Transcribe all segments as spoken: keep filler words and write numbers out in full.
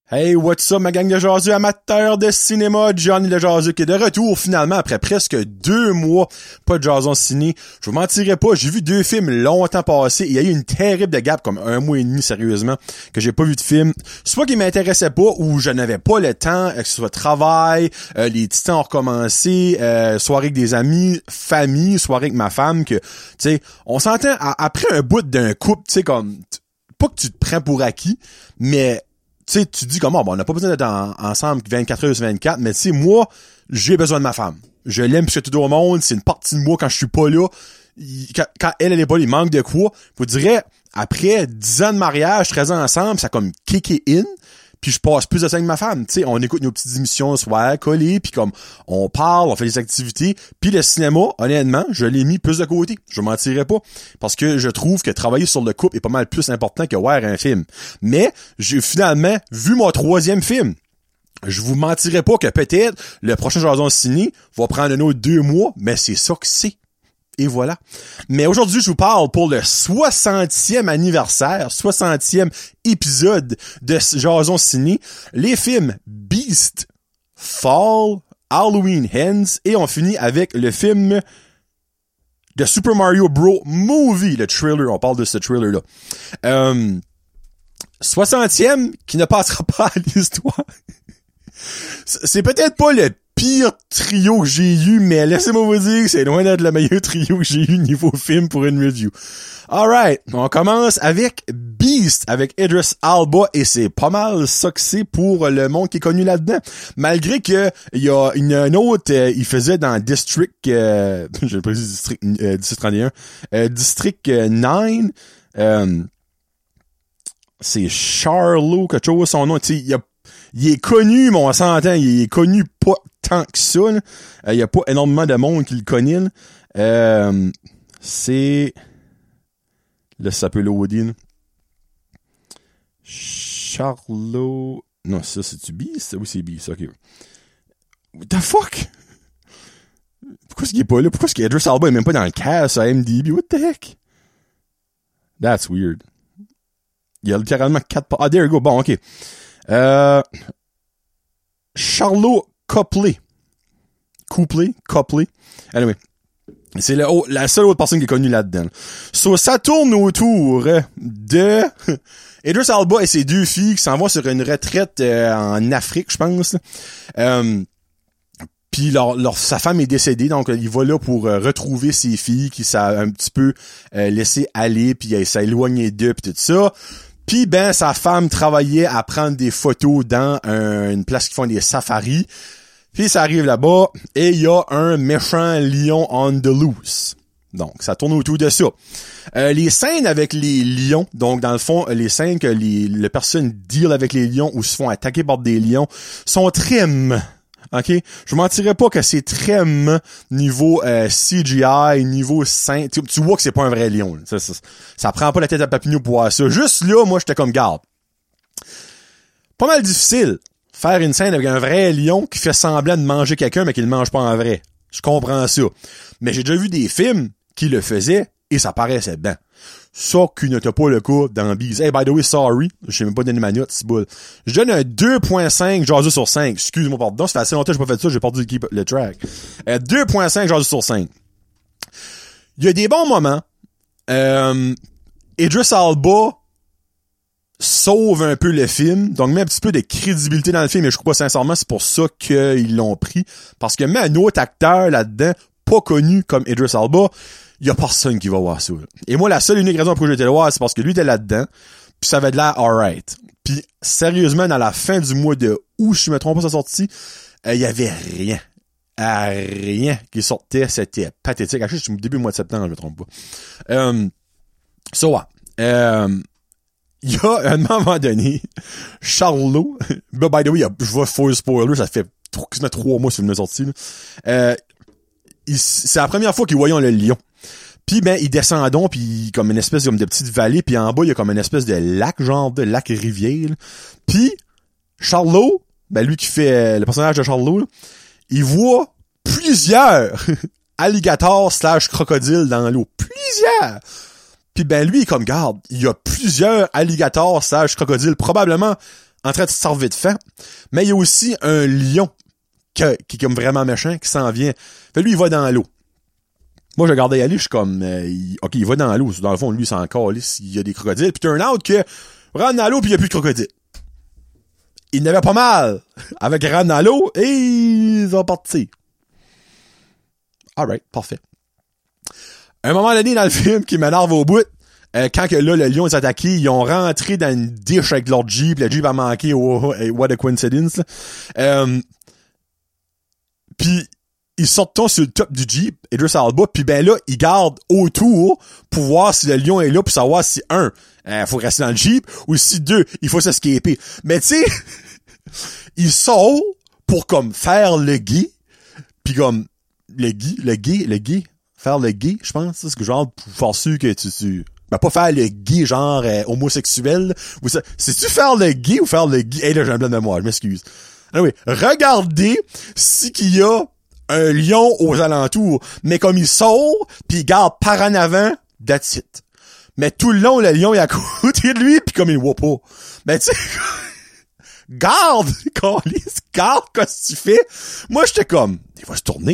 Hey, what's up, ma gang de jaseux amateurs de cinéma? Johnny le jaseux qui est de retour finalement après presque deux mois pas de jason ciné. Je vous mentirai pas, j'ai vu deux films longtemps passés. Il y a eu une terrible de gap, comme un mois et demi sérieusement, que j'ai pas vu de film. Soit qui m'intéressait pas ou je n'avais pas le temps, que ce soit travail, euh, les titans ont recommencé, euh, soirée avec des amis, famille, soirée avec ma femme, que, tu sais, on s'entend, à, après un bout d'un couple, tu sais, comme, pas que tu te prends pour acquis, mais tu sais, tu dis comment, bon, on n'a pas besoin d'être en, ensemble vingt-quatre heures sur vingt-quatre, mais tu sais, moi, j'ai besoin de ma femme. Je l'aime plus que tout au monde, c'est une partie de moi quand je suis pas là. Il, quand, quand elle, elle est pas là, il manque de quoi. Je vous dirais, après dix ans de mariage, treize ans ensemble, ça a comme kické in, puis je passe plus de temps avec ma femme. Tu sais, on écoute nos petites émissions le soir, collées, puis comme, on parle, on fait des activités, puis le cinéma, honnêtement, je l'ai mis plus de côté. Je mentirais pas. Parce que je trouve que travailler sur le couple est pas mal plus important que voir un film. Mais, j'ai finalement vu mon troisième film. Je vous mentirais pas que peut-être le prochain Jason ciné va prendre un autre deux mois, mais c'est ça que c'est. Et voilà. Mais aujourd'hui, je vous parle pour le soixantième anniversaire, soixantième épisode de Jason ciné, les films Beast, Fall, Halloween Ends, et on finit avec le film de Super Mario Bros. Movie, le trailer, on parle de ce trailer-là. Euh, soixantième qui ne passera pas à l'histoire. C'est peut-être pas le pire trio que j'ai eu, mais laissez-moi vous dire que c'est loin d'être le meilleur trio que j'ai eu niveau film pour une review. Alright, on commence avec Beast, avec Idris Elba, et c'est pas mal ça que c'est pour le monde qui est connu là-dedans. Malgré que il y a une, une autre, euh, il faisait dans District, euh, je vais pas dire District, euh, District trente et un, euh, District neuf, euh, c'est Charlot, quelque chose, son nom, tu sais, il y a Il est connu, mais on s'entend, il est connu pas tant que ça. Il euh, y a pas énormément de monde qui le connaît. Là. Euh, c'est... Là, ça peut loader. Là. Charlot... Non, ça, c'est-tu Beast? Oui, c'est Beast, ok. What the fuck? Pourquoi est-ce qu'il est pas là? Pourquoi est-ce qu'Idris Elba est même pas dans le cast à I M D B? What the heck? That's weird. Il y a littéralement quatre... Ah, there you go. Bon, ok. Euh, Charlot Copley. Copley, Copley. Anyway. C'est le, oh, la seule autre personne qui est connue là-dedans. So, ça tourne autour de Idris Elba et ses deux filles qui s'en vont sur une retraite euh, en Afrique, je pense. Euh, Puis leur, leur, sa femme est décédée, donc il va là pour euh, retrouver ses filles qui s'est un petit peu euh, laissé aller, puis il s'est éloigné d'eux, puis tout ça. Puis ben, sa femme travaillait à prendre des photos dans un, une place qui font des safaris. Puis ça arrive là-bas, et il y a un méchant lion on the loose. Donc, ça tourne autour de ça. Euh, les scènes avec les lions, donc dans le fond, les scènes que les, les personnes deal avec les lions ou se font attaquer par des lions, sont trim. OK? Je vous mentirais pas que c'est très niveau euh, C G I, niveau scène. Tu, tu vois que c'est pas un vrai lion. Ça, ça, ça prend pas la tête à Papineau pour voir ça. Juste là, moi, j'étais comme garde. Pas mal difficile faire une scène avec un vrai lion qui fait semblant de manger quelqu'un, mais qui le mange pas en vrai. Je comprends ça. Mais j'ai déjà vu des films qui le faisaient et ça paraissait bien. Ça qui n'était pas le cas dans Beast. Hey, by the way, sorry. Je sais même pas donner ma note, c'est boule. Je donne un deux virgule cinq jaseux sur cinq. Excuse-moi, pardon. Ça fait assez longtemps que j'ai pas fait ça, j'ai perdu le, le track. Euh, deux virgule cinq jaseux sur cinq. Il y a des bons moments. Euh, Idris Elba sauve un peu le film. Donc, met un petit peu de crédibilité dans le film. Et je crois pas sincèrement, c'est pour ça qu'ils l'ont pris. Parce que met un autre acteur là-dedans, pas connu comme Idris Elba, il y a personne qui va voir ça. Et moi, la seule unique raison pour que j'étais là voir, c'est parce que lui était là-dedans, puis ça avait de l'air alright. Puis sérieusement, dans la fin du mois de août, je me trompe pas sa sortie, il euh, y avait rien. Euh, rien qui sortait, c'était pathétique. Actually, c'est au début du mois de septembre, je me trompe pas. Euh, so, ouais. Euh, il y a, à un moment donné, Charlot, bah, by the way, je vois full spoiler, ça fait quasiment trois mois que ce film est sorti, là. Euh, il, c'est la première fois qu'ils voyons le lion. Puis ben il descend donc, puis comme une espèce comme de petite vallée, puis en bas il y a comme une espèce de lac, genre de lac rivière. Puis Charlot, ben lui qui fait le personnage de Charlot, là, il voit plusieurs alligators slash crocodiles dans l'eau, plusieurs. Puis ben lui il est comme garde, il y a plusieurs alligators slash crocodiles probablement en train de se servir de faim. Mais il y a aussi un lion que, qui est comme vraiment méchant, qui s'en vient. Fait lui, il va dans l'eau. Moi, je regardais aller, je suis comme, euh, il, ok, il va dans l'eau. Dans le fond, lui, c'est encore, il y a des crocodiles. Puis turn out que, rentre dans l'eau, puis il n'y a plus de crocodiles. Il n'avait pas mal avec rentre dans l'eau, et ils ont parti. Alright, parfait. À un moment donné dans le film qui m'énerve au bout, euh, quand que là, le lion est attaqué, ils ont rentré dans une dish avec leur Jeep, le Jeep a manqué, oh, oh, what a coincidence, là. Euh, puis ils sortent tous sur le top du Jeep, Idris Elba, puis ben là, ils gardent autour pour voir si le lion est là, pour savoir si, un, euh, faut rester dans le Jeep, ou si, deux, il faut s'escaper. Mais tu sais, ils sortent pour comme faire le gay, puis comme, le gay, le gay, le gay, faire le gay, je pense, c'est ce que genre, pour faire sûr que tu, tu, ben pas faire le gay genre euh, homosexuel, ou ça, c'est-tu faire le gay ou faire le gay? Hey là, j'ai un blanc de mémoire, je m'excuse. Ah oui, regardez si qu'il y a un lion aux alentours, mais comme il sort, pis il garde par en avant, that's it. Mais tout le long, le lion est à côté de lui, pis comme il voit pas. Ben tu sais, garde, câlisse, garde, qu'est-ce que tu fais? Moi, j'étais comme, il va se tourner.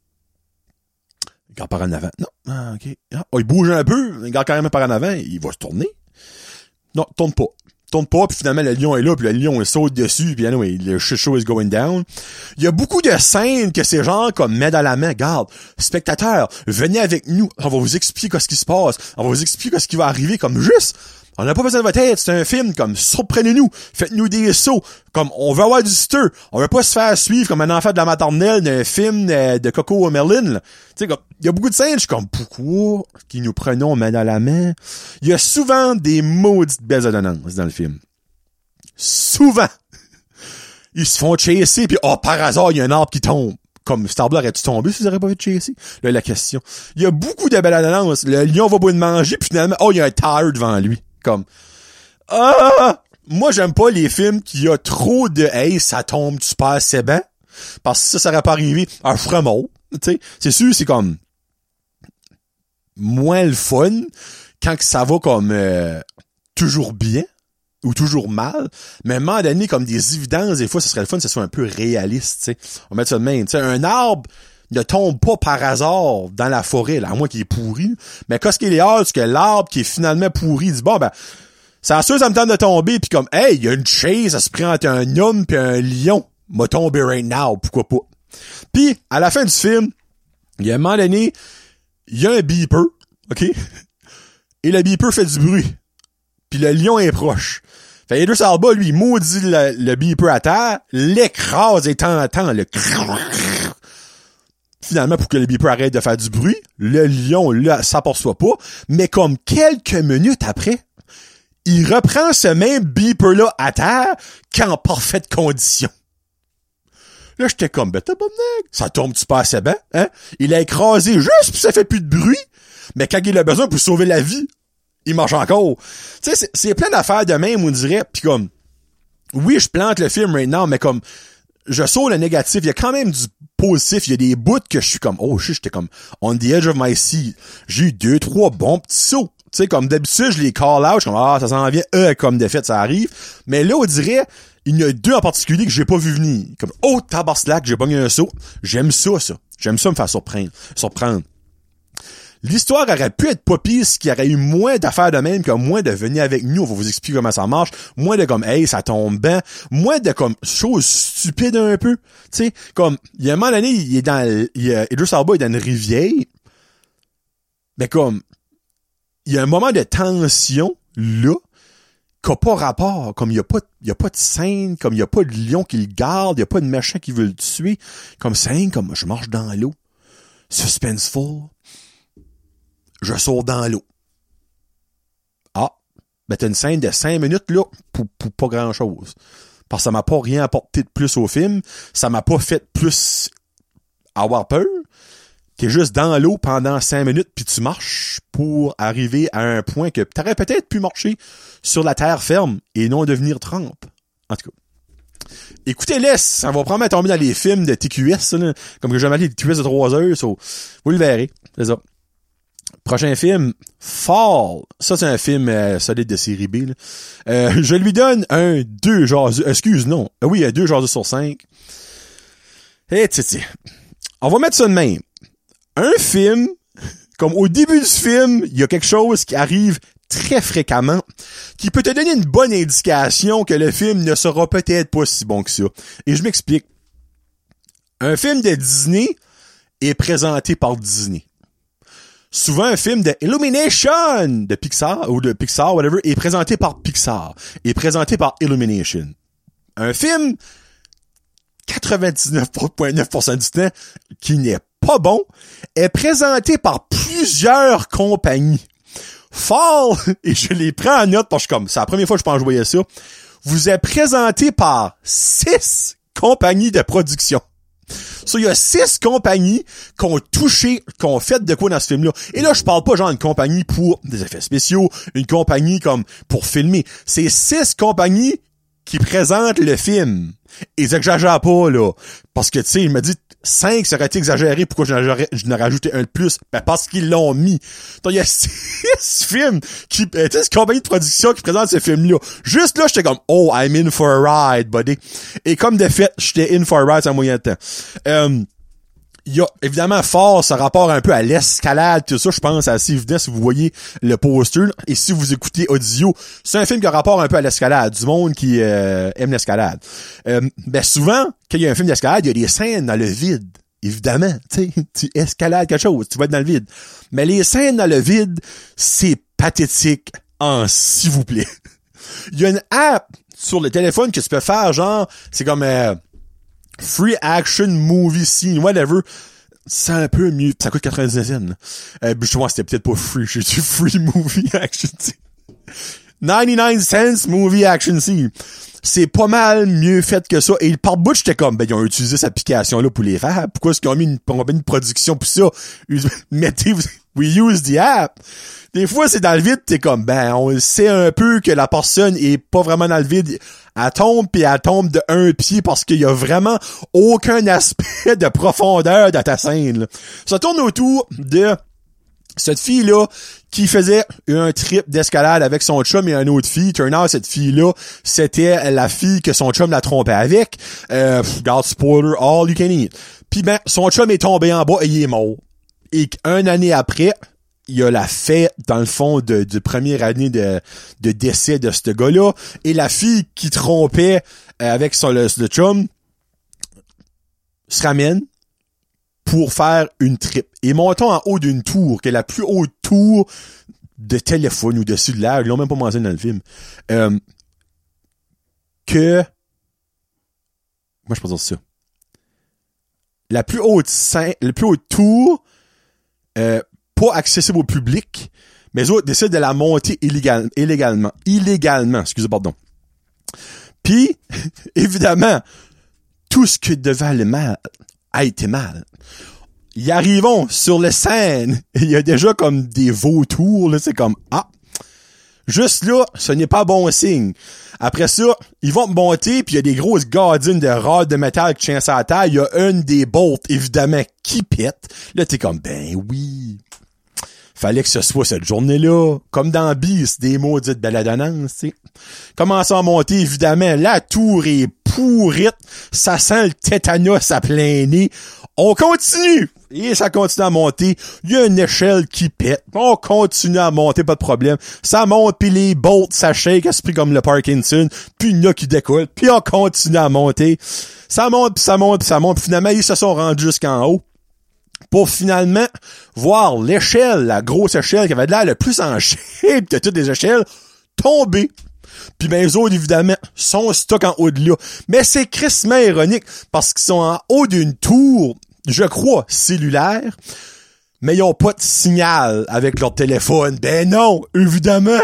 Il garde par en avant. Non, ah, ok. Ah, oh, il bouge un peu, il garde carrément par en avant, il va se tourner. Non, tourne pas. Tourne pas, puis finalement, le lion est là, puis le lion, il saute dessus, puis anyway, le shit show is going down. Il y a beaucoup de scènes que c'est genre comme met dans la main. Garde, spectateurs, venez avec nous, on va vous expliquer ce qui se passe, on va vous expliquer ce qui va arriver, comme juste, on n'a pas besoin de votre aide, c'est un film, comme surprenez-nous, faites-nous des sauts, comme on veut avoir du stir, on veut pas se faire suivre comme un enfant de la maternelle d'un film de, de Coco Merlin. Tu sais, comme, il y a beaucoup de scènes, je suis comme, pourquoi qui nous prenons main dans la main? Il y a souvent des maudites belles ordonnances dans le film. Souvent. Ils se font chasser, puis oh, par hasard, il y a un arbre qui tombe. Comme, cet arbre-là aurait-tu tombé si vous n'auriez pas vu de chasser? Là, la question. Il y a beaucoup de belles annonces. Le lion va boire de manger, puis finalement, oh, il y a un tire devant lui. Comme, ah! Moi, j'aime pas les films qui a trop de, hey, ça tombe super assez bien. Parce que ça, ça aurait pas arrivé. Un frémot. Tu sais, c'est sûr, c'est comme, moins le fun quand que ça va comme, euh, toujours bien. Ou toujours mal, mais à un moment donné, comme des évidences, des fois, ce serait le fun que ce soit un peu réaliste, tu sais. On va mettre ça de même. Tu sais, un arbre ne tombe pas par hasard dans la forêt, là, à moins qu'il est pourri. Mais qu'est-ce qu'il est hâte, c'est que l'arbre qui est finalement pourri, il dit, bon, ben, c'est sûr, ça me tente de tomber, puis comme, hey, il y a une chaise, ça se prend entre un homme puis un lion. M'a tombé right now, pourquoi pas. Puis, à la fin du film, il y a un moment donné, il y a un beeper, OK? Et le beeper fait du bruit. Puis le lion est proche. Fait Idris Elba, lui, il maudit le, le beeper à terre, l'écrase et t'entends le finalement, pour que le beeper arrête de faire du bruit, le lion, là, s'aperçoit pas, mais comme quelques minutes après, il reprend ce même beeper-là à terre qu'en parfaite condition. Là, j'étais comme, ben, t'as bon nègre. Ça tombe-tu pas assez bien, hein? Il a écrasé juste pis ça fait plus de bruit, mais quand il a besoin pour sauver la vie, il marche encore. Tu sais, c'est, c'est plein d'affaires de même, on dirait. Puis comme, oui, je plante le film right now, mais comme, je saute le négatif. Il y a quand même du positif. Il y a des bouts que je suis comme, oh, shit, j'étais comme, on the edge of my seat. J'ai eu deux, trois bons petits sauts. Tu sais, comme d'habitude, je les call out. Je suis comme, ah, ça s'en vient, euh, comme de fait, ça arrive. Mais là, on dirait, il y en a deux en particulier que j'ai pas vu venir. Comme, oh, tabarnak, j'ai pogné un saut. J'aime ça, ça. J'aime ça me faire surprendre. Surprendre. L'histoire aurait pu être pas pire s'il y aurait eu moins d'affaires de même, que moins de venir avec nous, on va vous expliquer comment ça marche, moins de comme, hey, ça tombe bien, moins de comme, choses stupides un peu, tu sais, comme, il y a un moment donné, il est dans, il y a, Idris Elba est dans une rivière, mais comme, il y a un moment de tension, là, qui n'a pas rapport, comme il y a pas, il y a pas de scène, comme il y a pas de lion qui le garde, il y a pas de méchant qui veut le tuer, comme scène, comme, je marche dans l'eau, suspenseful, je sors dans l'eau. Ah, ben t'as une scène de cinq minutes, là, pour, pour pas grand-chose. Parce que ça m'a pas rien apporté de plus au film. Ça m'a pas fait plus avoir peur. T'es juste dans l'eau pendant cinq minutes, puis tu marches pour arriver à un point que t'aurais peut-être pu marcher sur la terre ferme et non devenir trempe. En tout cas. Écoutez-les, ça va probablement tomber dans les films de T Q S, là, comme que j'ai mal les T Q S de trois heures, so, vous le verrez. C'est ça. Prochain film, Fall. Ça, c'est un film euh, solide de série B. Là. Euh, je lui donne un deux jaseux. Excuse, non. Euh, oui, un deux jaseux sur cinq. Eh, tu sais, on va mettre ça de même. Un film, comme au début du film, il y a quelque chose qui arrive très fréquemment, qui peut te donner une bonne indication que le film ne sera peut-être pas si bon que ça. Et je m'explique. Un film de Disney est présenté par Disney. Souvent, un film de Illumination de Pixar, ou de Pixar, whatever, est présenté par Pixar, est présenté par Illumination. Un film, quatre-vingt-dix-neuf virgule neuf pour cent du temps, qui n'est pas bon, est présenté par plusieurs compagnies. Fall, et je les prends en note parce que comme, c'est la première fois que je pense que je voyais ça, vous est présenté par six compagnies de production. So, il y a six compagnies qui ont touché, qui ont fait de quoi dans ce film-là. Et là, je parle pas genre une compagnie pour des effets spéciaux, une compagnie comme pour filmer. C'est six compagnies qui présentent le film. Et ils exagèrent pas, là. Parce que, tu sais, il me dit cinq, ça aurait été exagéré. Pourquoi je n'aurais rajouté un de plus? Ben, parce qu'ils l'ont mis. Donc, il y a six films qui, tu sais, c'est une compagnie de production qui présente ce film-là. Juste là, j'étais comme, oh, I'm in for a ride, buddy. Et comme de fait, j'étais in for a ride en moyen de temps. Euh, il y a, évidemment, fort, ça rapport un peu à l'escalade, tout ça, je pense, c'est assez évident si vous voyez le poster. Et si vous écoutez audio, c'est un film qui a rapport un peu à l'escalade, du monde qui euh, aime l'escalade. Euh, ben souvent, quand il y a un film d'escalade, il y a des scènes dans le vide. Évidemment, tu sais, tu escalades quelque chose, tu vas être dans le vide. Mais les scènes dans le vide, c'est pathétique, en s'il vous plaît. Il y a une app sur le téléphone que tu peux faire, genre, c'est comme... Euh, Free Action Movie Scene, whatever. C'est un peu mieux. Ça coûte quatre-vingt-dix cents. Euh, je vois, c'était peut-être pas free. J'ai dit Free Movie Action Scene. ninety-nine cents Movie Action Scene. C'est pas mal mieux fait que ça. Et par bout, j'étais comme, ben, ils ont utilisé cette application-là pour les faire. Pourquoi est-ce qu'ils ont mis une, une production pour ça? Mettez, we use the app. Des fois, c'est dans le vide, t'es comme, ben, on sait un peu que la personne est pas vraiment dans le vide. Elle tombe pis elle tombe de un pied parce qu'il y a vraiment aucun aspect de profondeur dans ta scène, là. Ça tourne autour de cette fille-là qui faisait un trip d'escalade avec son chum et une autre fille. Turn out, cette fille-là, c'était la fille que son chum la trompait avec. Euh, God spoiler, all you can eat. Puis ben, son chum est tombé en bas et il est mort. Et une année après, il y a la fête, dans le fond, de, de première année de, de décès de ce gars-là. Et la fille qui trompait avec son, le, le chum se ramène pour faire une trip. Et montons en haut d'une tour, qui est la plus haute tour de téléphone ou de cellulaire. Ils l'ont même pas mentionné dans le film. Euh, que... Moi, je peux dire ça. La plus haute scène, la plus haute tour... Euh, pas accessible au public, mais les autres décident de la monter illégal, illégalement. Illégalement, excusez, pardon. Puis, évidemment, tout ce que devait aller mal a été mal. Ils arrivons sur la scène, il y a déjà comme des vautours, là, c'est comme, ah, juste là, ce n'est pas bon signe. Après ça, ils vont monter, puis il y a des grosses gardines de rades de métal qui tiennent sur la terre. Il y a une des bolts, évidemment, qui pète. Là, t'es comme, ben oui... Fallait que ce soit cette journée-là. Comme dans Beast, des maudites baladonnances, tu sais. Commençons à monter, évidemment. La tour est pourrite. Ça sent le tétanos à plein nez. On continue. Et ça continue à monter. Il y a une échelle qui pète. On continue à monter, pas de problème. Ça monte, puis les bolts, ça shake, ça se pris comme le Parkinson. Puis il y en a qui décollent. Puis on continue à monter. Ça monte, puis ça monte, puis ça monte. Puis finalement, ils se sont rendus jusqu'en haut. Pour finalement voir l'échelle, la grosse échelle qui avait l'air le plus en shape de toutes les échelles, tomber. Puis ben, eux autres, évidemment, sont stock en haut de là. Mais c'est crissement ironique, parce qu'ils sont en haut d'une tour, je crois, cellulaire, mais ils ont pas de signal avec leur téléphone. Ben non, évidemment!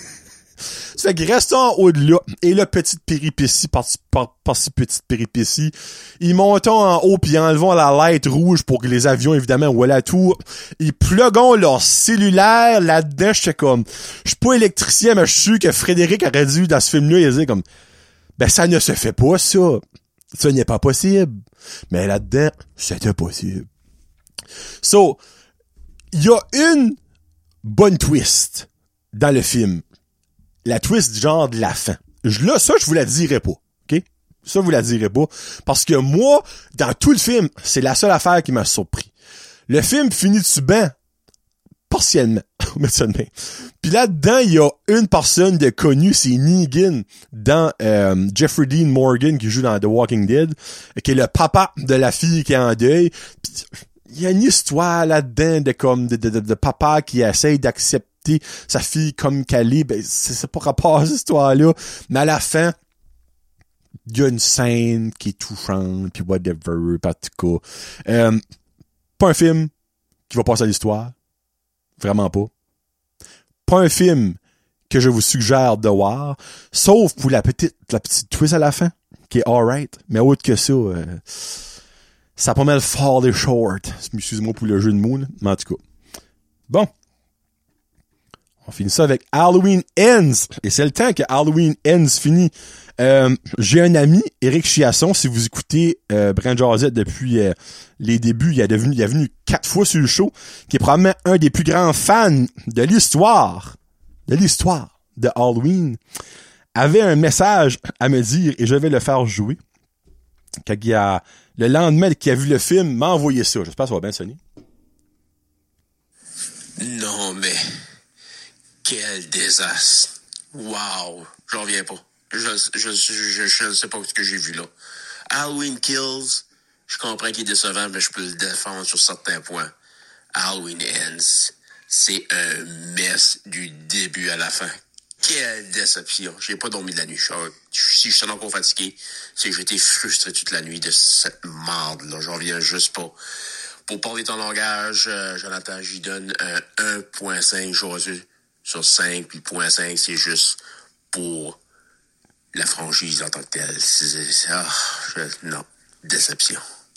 Ça fait que restons en haut de là. Et là, petite péripétie, par, par, par ci petite péripétie. Ils montent en haut puis enlevons la light rouge pour que les avions, évidemment, ou à la tour. Ils pluguons leur cellulaire là-dedans. J'étais comme, je suis pas électricien, mais je suis sûr que Frédéric aurait dû, dans ce film-là, il disait comme, ben, ça ne se fait pas, ça. Ça n'est pas possible. Mais là-dedans, c'était possible. So, il y a une bonne twist dans le film. La twist genre de la fin. Je, là, ça, je vous la dirai pas. OK? Ça, je vous la dirai pas. Parce que moi, dans tout le film, c'est la seule affaire qui m'a surpris. Le film finit-tu bien? Partiellement. Puis là-dedans, il y a une personne de connue, c'est Negan, dans euh, Jeffrey Dean Morgan, qui joue dans The Walking Dead, qui est le papa de la fille qui est en deuil. Puis il y a une histoire là-dedans de comme de, de, de, de papa qui essaye d'accepter sa fille comme qu'elle est. Ben, c'est, c'est pas rapport à cette histoire-là. Mais à la fin, il y a une scène qui est touchante, puis whatever, en tout cas. Euh, pas un film qui va passer à l'histoire. Vraiment pas. Pas un film que je vous suggère de voir, sauf pour la petite la petite twist à la fin, qui est alright. Mais autre que ça, euh, ça a pas mal fallen short. Excusez-moi pour le jeu de mots, là. Mais en tout cas. Bon. On finit ça avec Halloween Ends. Et c'est le temps que Halloween Ends finit. Euh, j'ai un ami, Éric Chiasson, si vous écoutez euh, Brand Jazette depuis euh, les débuts, il est devenu, il est venu quatre fois sur le show, qui est probablement un des plus grands fans de l'histoire, de l'histoire de Halloween, avait un message à me dire et je vais le faire jouer. Quand il a, le lendemain qu'il a vu le film, m'a envoyé ça. J'espère que ça va bien sonner. Non, mais quel désastre. Wow, j'en reviens pas. Je, je, je, je ne sais pas ce que j'ai vu là. Halloween Kills, je comprends qu'il est décevant, mais je peux le défendre sur certains points. Halloween Ends, c'est un mess du début à la fin. Quelle déception. J'ai pas dormi de la nuit. Je, si je suis encore fatigué, c'est que j'étais frustré toute la nuit de cette merde-là. J'en reviens juste pas. Pour parler ton langage, euh, Jonathan, j'y donne un un virgule cinq Josu sur cinq, puis zéro virgule cinq, c'est juste pour la franchise en tant que telle. C'est, c'est, ah, je, non, déception.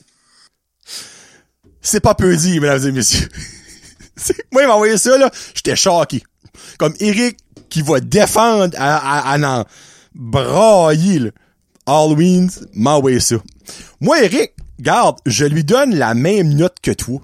C'est pas peu dit, mesdames et messieurs. Moi, il m'a envoyé ça, là, j'étais choqué. Comme Eric qui va défendre à, à, à n'en brailler, là. Halloween m'a envoyé ça. Moi, Eric, garde, je lui donne la même note que toi.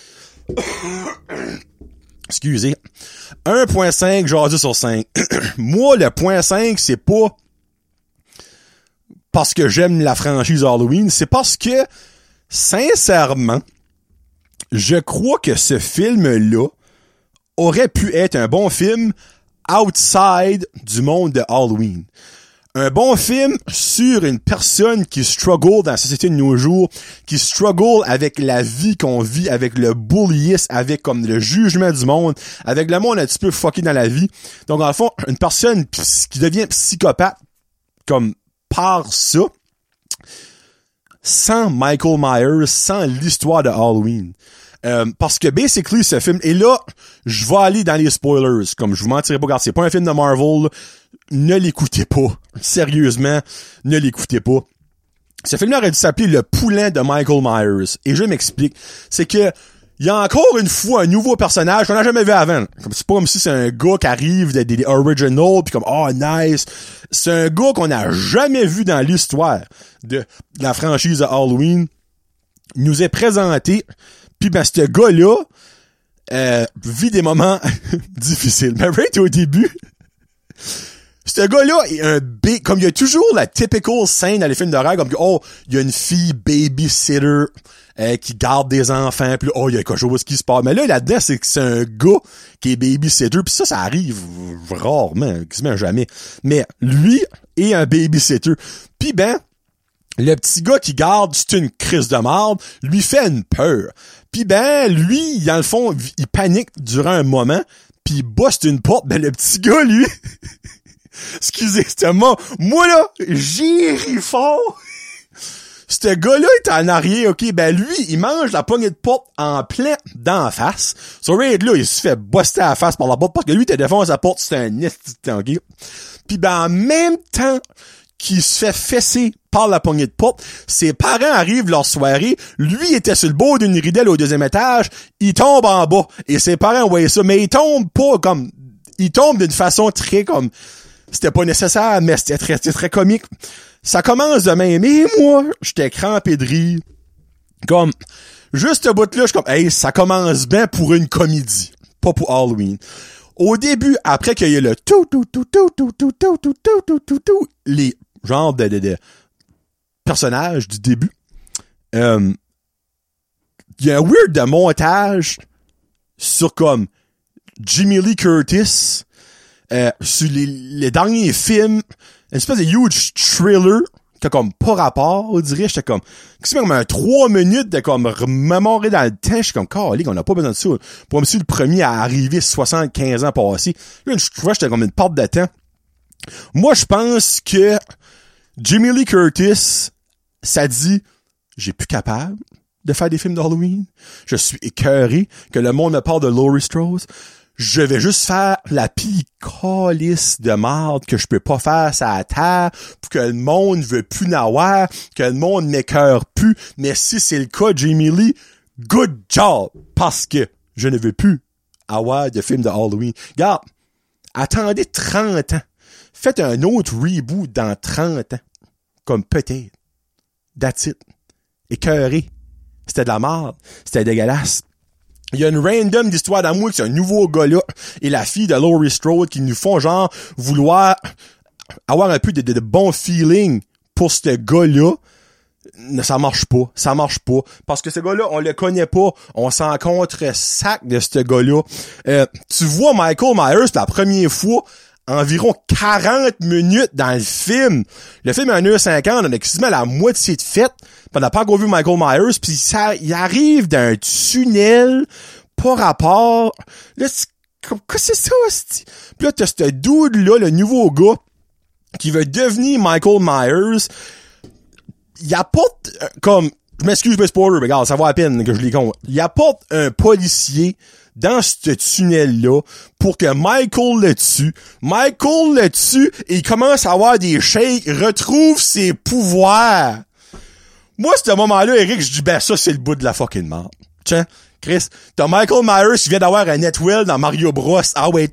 Excusez. un virgule cinq, jasé sur cinq. Moi, le point cinq, c'est pas parce que j'aime la franchise Halloween, c'est parce que, sincèrement, je crois que ce film-là aurait pu être un bon film outside du monde de Halloween. Un bon film sur une personne qui struggle dans la société de nos jours, qui struggle avec la vie qu'on vit, avec le bullyisme, avec comme le jugement du monde, avec le monde un petit peu fucké dans la vie. Donc, dans le fond, une personne qui devient psychopathe, comme par ça, sans Michael Myers, sans l'histoire de Halloween. Euh, parce que, basically, ce film, et là, je vais aller dans les spoilers, comme je vous mentirai pas, regarde, c'est pas un film de Marvel, ne l'écoutez pas. Sérieusement, ne l'écoutez pas. Ce film-là aurait dû s'appeler Le Poulain de Michael Myers. Et je m'explique. C'est que, il y a encore une fois un nouveau personnage qu'on n'a jamais vu avant. Comme, c'est pas comme si c'est un gars qui arrive des, des originals, puis comme, oh, nice. C'est un gars qu'on n'a jamais vu dans l'histoire de, de la franchise de Halloween. Il nous est présenté. Puis ben, ce gars-là euh, vit des moments difficiles. Mais right au début, ce gars-là est un B, comme il y a toujours la typical scène dans les films d'horreur, comme que, oh, il y a une fille babysitter euh, qui garde des enfants, puis oh, il y a quelque chose qui se passe. Mais là, là-dedans, c'est que c'est un gars qui est babysitter, puis ça, ça arrive rarement, quasiment jamais. Mais lui est un babysitter. Puis ben, le petit gars qui garde, c'est une crise de marde, lui fait une peur. Puis ben, lui, dans le fond, il panique durant un moment, puis il bosse une porte. Ben, le petit gars, lui... Excusez, c'était moi. Moi, là, j'ai ri fort. Ce gars-là est en arrière, ok? Ben, lui, il mange la poignée de porte en plein d'en face. Sur Raid, là, il se fait buster à la face par la porte parce que lui, t'es défendu sa porte, c'est un esti, ok? Puis ben, en même temps qu'il se fait fesser par la poignée de porte, ses parents arrivent leur soirée, lui était sur le bord d'une ridelle au deuxième étage, il tombe en bas, et ses parents voyaient ça, mais il tombe pas comme, il tombe d'une façon très comme, c'était pas nécessaire, mais c'était très, c'était très comique. Ça commence de même, et moi, j'étais crampé de rire. Comme, juste ce bout-là, je suis comme, hey, ça commence bien pour une comédie. pas pour Halloween. Au début, après qu'il y ait le tout, tout, tout, tout, tout, tout, tout, tout, tout, tout, tout, tout, les genres de, de, de personnages du début, euh, il y a un weird de montage sur comme Jamie Lee Curtis, euh, sur les, les derniers films, une espèce de huge thriller qui a comme pas rapport, on dirait. J'étais comme, c'est même un trois minutes de comme remémorer dans le temps. J'étais comme, calique, on n'a pas besoin de ça pour me suis le premier à arriver soixante-quinze ans passés. Là, je trouvais que j'étais comme une porte de temps. Moi, je pense que Jamie Lee Curtis, ça dit, j'ai plus capable de faire des films d'Halloween. Je suis écœuré que le monde me parle de Laurie Strode. Je vais juste faire la pire calice de marde que je peux pas faire sur la terre pour que le monde veut plus n'avoir, que le monde m'écœure plus. Mais si c'est le cas, Jamie Lee, good job! Parce que je ne veux plus avoir de films de Halloween. Regarde, attendez trente ans. Faites un autre reboot dans trente ans. Comme peut-être. That's it. Écœuré. C'était de la merde. C'était dégueulasse. Il y a une random d'histoire d'amour que c'est un nouveau gars-là et la fille de Laurie Strode qui nous font genre vouloir avoir un peu de, de, de bon feeling pour ce gars-là. Ça marche pas. Ça marche pas. Parce que ce gars-là, on le connaît pas. On s'en contre sac de ce gars-là. Euh, tu vois Michael Myers la première fois environ quarante minutes dans le film. Le film est une heure cinquante, on a quasiment la moitié de fête. On n'a pas encore vu Michael Myers, puis ça, il arrive d'un tunnel, pas rapport. Là, c'est, qu'est-ce que c'est ça, c'est? Puis là, t'as ce dude-là, le nouveau gars, qui veut devenir Michael Myers. Il apporte, euh, comme, je m'excuse, mais spoiler, mais regarde, ça vaut la peine que je les compte. Il apporte un policier dans ce tunnel-là pour que Michael le tue. Michael le tue et il commence à avoir des shakes, retrouve ses pouvoirs. Moi, à ce moment-là, Eric, je dis, ben ça, c'est le bout de la fucking mort. Tiens, Chris, t'as Michael Myers qui vient d'avoir un Netwell dans Mario Bros. Ah ouais,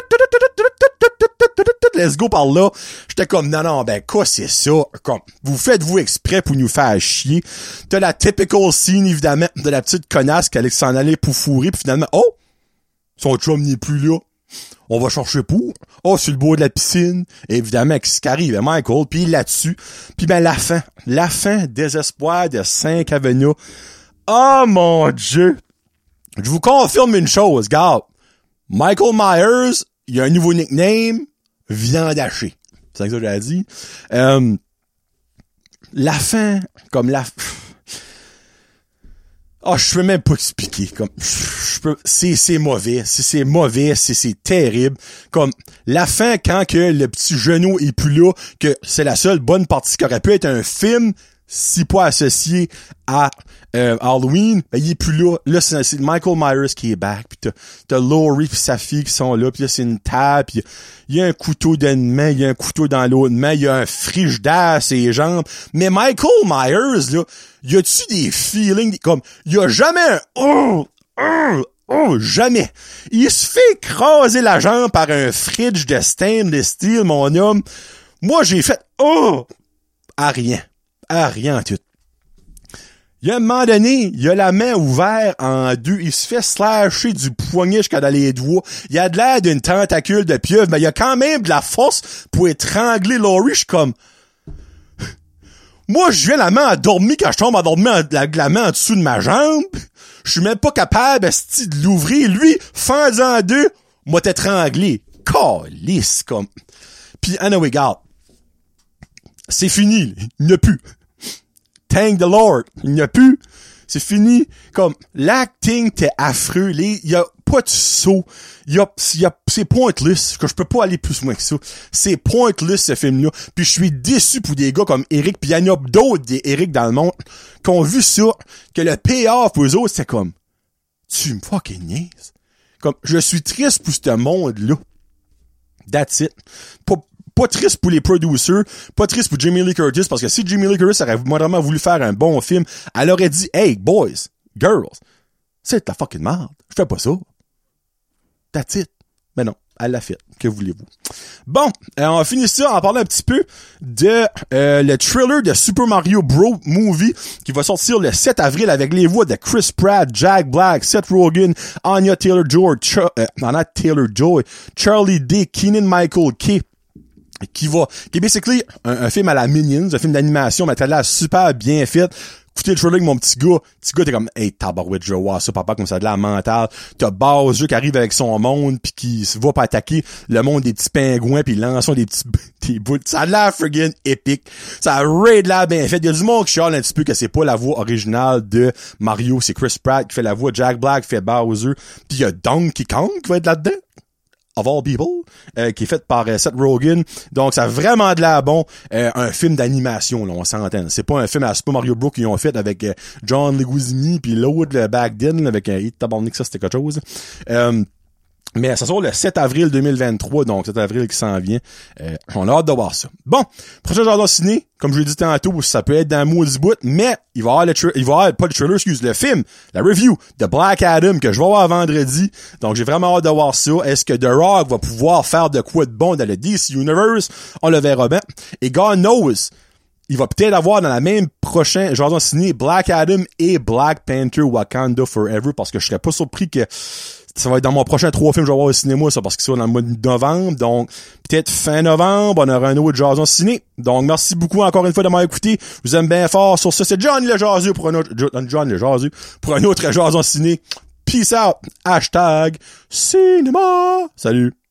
let's go par là. J'étais comme, non, non, ben, quoi, c'est ça? Comme, vous faites-vous exprès pour nous faire chier. T'as la typical scene, évidemment, de la petite connasse qui allait s'en aller pour fourrer, puis finalement, oh! Son chum n'est plus là. On va chercher pour. Oh, sur le bord de la piscine. Et évidemment, qu'est-ce qui arrive? Michael, puis là-dessus. Puis ben, la fin. La fin, désespoir de cinq Avenue. Oh, mon Dieu! Je vous confirme une chose, gars. Michael Myers, il a un nouveau nickname, Viande hachée. C'est ça que j'ai dit. Euh, la fin, comme la... Ah, je peux même pas expliquer. Comme, je peux, c'est, c'est mauvais. C'est, c'est mauvais. C'est, c'est terrible. Comme, la fin, quand que le petit genou est plus là, que c'est la seule bonne partie qui aurait pu être un film, si pas associé à euh, Halloween, ben il est plus là. Là, c'est, c'est Michael Myers qui est back. Pis t'as, t'as Laurie pis sa fille qui sont là. Pis là, c'est une table. Pis il y a un couteau d'une main, il y a un couteau dans l'autre main, il y a un frigidaire à ses jambes. Mais Michael Myers, là, y a-tu des feelings comme, y a jamais un oh, oh, oh, jamais. Il se fait écraser la jambe par un fridge de stainless steel, mon homme. Moi, j'ai fait oh, à rien. À rien tout. Il y a un moment donné, il a la main ouverte en deux, il se fait slasher du poignet jusqu'à dans les doigts. Il a de l'air d'une tentacule de pieuvre, mais il y a quand même de la force pour étrangler Laurie. Je suis comme... Moi, je viens la main endormie quand je tombe endormi, la, la main en dessous de ma jambe. Je suis même pas capable esti, de l'ouvrir. Lui, fendu en deux, m'a étranglé. Calisse, comme... Puis, anyway, regarde. C'est fini. Il n'y a plus. Thank the Lord. Il n'y a plus. C'est fini. Comme, l'acting t'es affreux. Il y a pas de saut. Il y a, il y a, c'est pointless. Que je peux pas aller plus loin que ça. C'est pointless, ce film-là. Puis je suis déçu pour des gars comme Eric. Puis il y en a d'autres des Eric dans le monde qui ont vu ça. Que le payoff pour eux autres, c'est comme, tu me fucking niaises. Comme, je suis triste pour ce monde-là. That's it. Pas, Pas triste pour les producers, pas triste pour Jamie Lee Curtis, parce que si Jamie Lee Curtis aurait vraiment voulu faire un bon film, elle aurait dit, hey, boys, girls, c'est de la fucking merde. Je fais pas ça. That's it. Mais non. elle l'a fait. Que voulez-vous? Bon, euh, on finit ça en parlant un petit peu de euh, le trailer de Super Mario Bros. Movie qui va sortir le sept avril avec les voix de Chris Pratt, Jack Black, Seth Rogen, Anya Taylor-Joy, Char- euh, Anya Taylor-Joy, Charlie Day, Keenen-Michael Kay, qui va, qui est basically un, un film à la Minions, un film d'animation, mais t'as l'air super bien fait. Écoutez le trailer avec mon petit gars. Petit gars, t'es comme, hey, tabarouette, je vois ça, papa, comme ça, de la mentale. T'as Bowser qui arrive avec son monde pis qui se va pas attaquer le monde des petits pingouins pis il lance des petits, des bouts. Ça a l'air friggin' épique. Ça a raid l'air bien fait. Il y a du monde qui chiale un petit peu que c'est pas la voix originale de Mario. C'est Chris Pratt qui fait la voix, Jack Black qui fait Bowser. Pis il y a Donkey Kong qui va être là-dedans. Of all people, euh, qui est fait par euh, Seth Rogen. Donc, ça a vraiment de l'air bon. Euh, un film d'animation, là, on s'entend. C'est pas un film à Super Mario Bros. Qu'ils ont fait avec euh, John Leguizamo puis l'autre, le back then, avec un hit tabarnak, ça, c'était quelque chose. Euh, mais ça sort le sept avril deux mille vingt-trois, donc sept avril qui s'en vient. Euh, on a hâte de voir ça. Bon, prochain genre ciné, comme je l'ai dit tantôt, ça peut être dans le maudit bout, mais il va y avoir le tra- il va y avoir, pas le trailer, excuse, le film, la review de Black Adam que je vais voir vendredi. Donc j'ai vraiment hâte de voir ça. Est-ce que The Rock va pouvoir faire de quoi de bon dans le D C Universe? On le verra bien. Et God knows, il va peut-être avoir dans la même prochain genre ciné Black Adam et Black Panther Wakanda Forever, parce que je serais pas surpris que ça va être dans mon prochain trois films que je vais voir au cinéma, ça, parce que c'est dans le mois de novembre. Donc, peut-être fin novembre, on aura un autre Jason ciné. Donc, merci beaucoup encore une fois de m'avoir écouté. Je vous aime bien fort. Sur ce, c'est Johnny le Jaseux pour un autre, Johnny le Jaseux pour un autre Jason ciné. Peace out. Hashtag cinéma. Salut.